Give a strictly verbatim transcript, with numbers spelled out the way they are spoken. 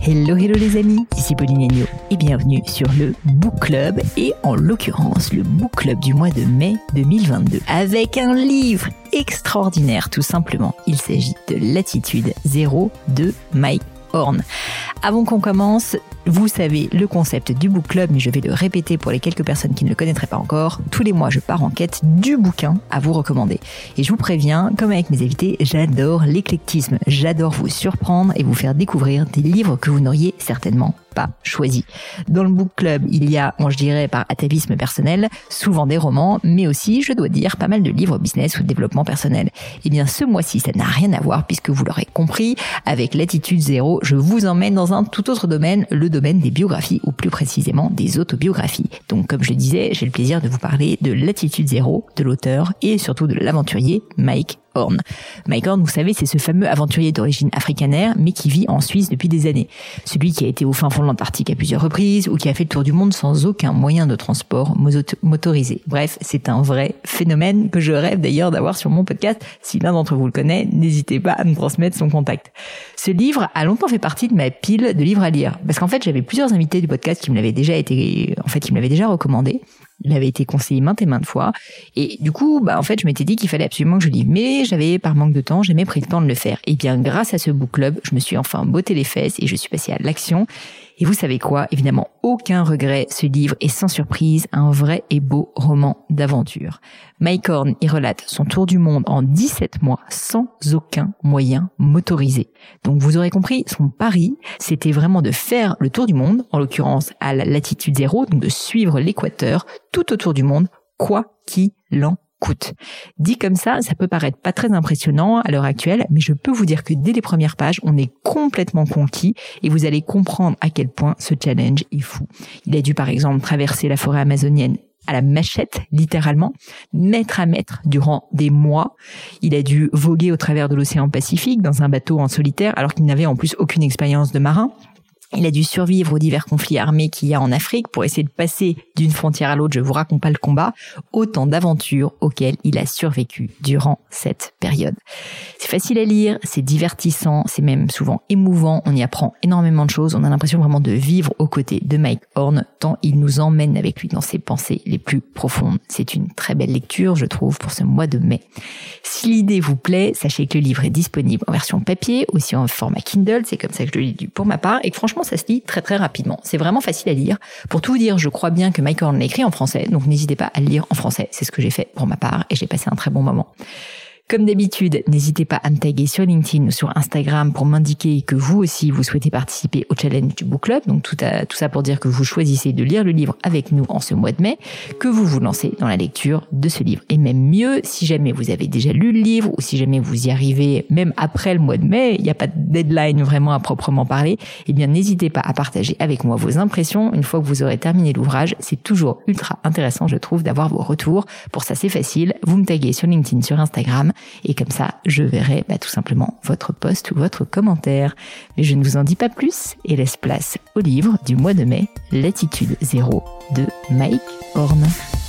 Hello, hello les amis, ici Pauline Agneau et bienvenue sur le Book Club et en l'occurrence le Book Club du mois de mai deux mille vingt-deux avec un livre extraordinaire tout simplement. Il s'agit de Latitude zéro de Mike Horn. Avant qu'on commence, vous savez le concept du Book Club, mais je vais le répéter pour les quelques personnes qui ne le connaîtraient pas encore. Tous les mois, je pars en quête du bouquin à vous recommander. Et je vous préviens, comme avec mes invités, j'adore l'éclectisme. J'adore vous surprendre et vous faire découvrir des livres que vous n'auriez certainement pas choisi. Dans le Book Club, il y a, moi je dirais par atavisme personnel, souvent des romans, mais aussi, je dois dire, pas mal de livres business ou de développement personnel. Et bien ce mois-ci, ça n'a rien à voir puisque vous l'aurez compris, avec Latitude zéro, je vous emmène dans un tout autre domaine, le domaine des biographies ou plus précisément des autobiographies. Donc comme je le disais, j'ai le plaisir de vous parler de Latitude zéro, de l'auteur et surtout de l'aventurier Mike Horn. Mike Horn, vous savez, c'est ce fameux aventurier d'origine africanaire, mais qui vit en Suisse depuis des années. Celui qui a été au fin fond de l'Antarctique à plusieurs reprises, ou qui a fait le tour du monde sans aucun moyen de transport motorisé. Bref, c'est un vrai phénomène que je rêve d'ailleurs d'avoir sur mon podcast. Si l'un d'entre vous le connaît, n'hésitez pas à me transmettre son contact. Ce livre a longtemps fait partie de ma pile de livres à lire. Parce qu'en fait, j'avais plusieurs invités du podcast qui me l'avaient déjà été, en fait, qui me l'avaient déjà recommandé. Il avait été conseillé maintes et maintes fois. Et du coup, bah, en fait, je m'étais dit qu'il fallait absolument que je lise. Mais j'avais, par manque de temps, jamais pris le temps de le faire. Et bien, grâce à ce book club, je me suis enfin botté les fesses et je suis passée à l'action. Et vous savez quoi? Évidemment, aucun regret. Ce livre est sans surprise un vrai et beau roman d'aventure. Mike Horn y relate son tour du monde en dix-sept mois sans aucun moyen motorisé. Donc vous aurez compris, son pari, c'était vraiment de faire le tour du monde, en l'occurrence à la latitude zéro, donc de suivre l'équateur tout autour du monde, quoi qu'il en coûte. Dit comme ça, ça peut paraître pas très impressionnant à l'heure actuelle, mais je peux vous dire que dès les premières pages, on est complètement conquis et vous allez comprendre à quel point ce challenge est fou. Il a dû par exemple traverser la forêt amazonienne à la machette, littéralement, mètre à mètre durant des mois. Il a dû voguer au travers de l'océan Pacifique dans un bateau en solitaire alors qu'il n'avait en plus aucune expérience de marin. Il a dû survivre aux divers conflits armés qu'il y a en Afrique pour essayer de passer d'une frontière à l'autre, je vous raconte pas le combat, autant d'aventures auxquelles il a survécu durant cette période. C'est facile à lire, c'est divertissant, c'est même souvent émouvant, on y apprend énormément de choses, on a l'impression vraiment de vivre aux côtés de Mike Horn, tant il nous emmène avec lui dans ses pensées les plus profondes. C'est une très belle lecture, je trouve, pour ce mois de mai. Si l'idée vous plaît, sachez que le livre est disponible en version papier, aussi en format Kindle, c'est comme ça que je le lis pour ma part, et que franchement, ça se lit très très rapidement. C'est vraiment facile à lire. Pour tout vous dire, je crois bien que Mike Horn l'a écrit en français, donc n'hésitez pas à le lire en français. C'est ce que j'ai fait pour ma part et j'ai passé un très bon moment. Comme d'habitude, n'hésitez pas à me taguer sur LinkedIn ou sur Instagram pour m'indiquer que vous aussi, vous souhaitez participer au challenge du Book Club. Donc tout, à, tout ça pour dire que vous choisissez de lire le livre avec nous en ce mois de mai, que vous vous lancez dans la lecture de ce livre. Et même mieux, si jamais vous avez déjà lu le livre ou si jamais vous y arrivez même après le mois de mai, il n'y a pas de deadline vraiment à proprement parler, eh bien n'hésitez pas à partager avec moi vos impressions une fois que vous aurez terminé l'ouvrage. C'est toujours ultra intéressant, je trouve, d'avoir vos retours. Pour ça, c'est facile. Vous me taguez sur LinkedIn, sur Instagram. Et comme ça, je verrai bah, tout simplement votre post ou votre commentaire. Mais je ne vous en dis pas plus et laisse place au livre du mois de mai, Latitude zéro de Mike Horn.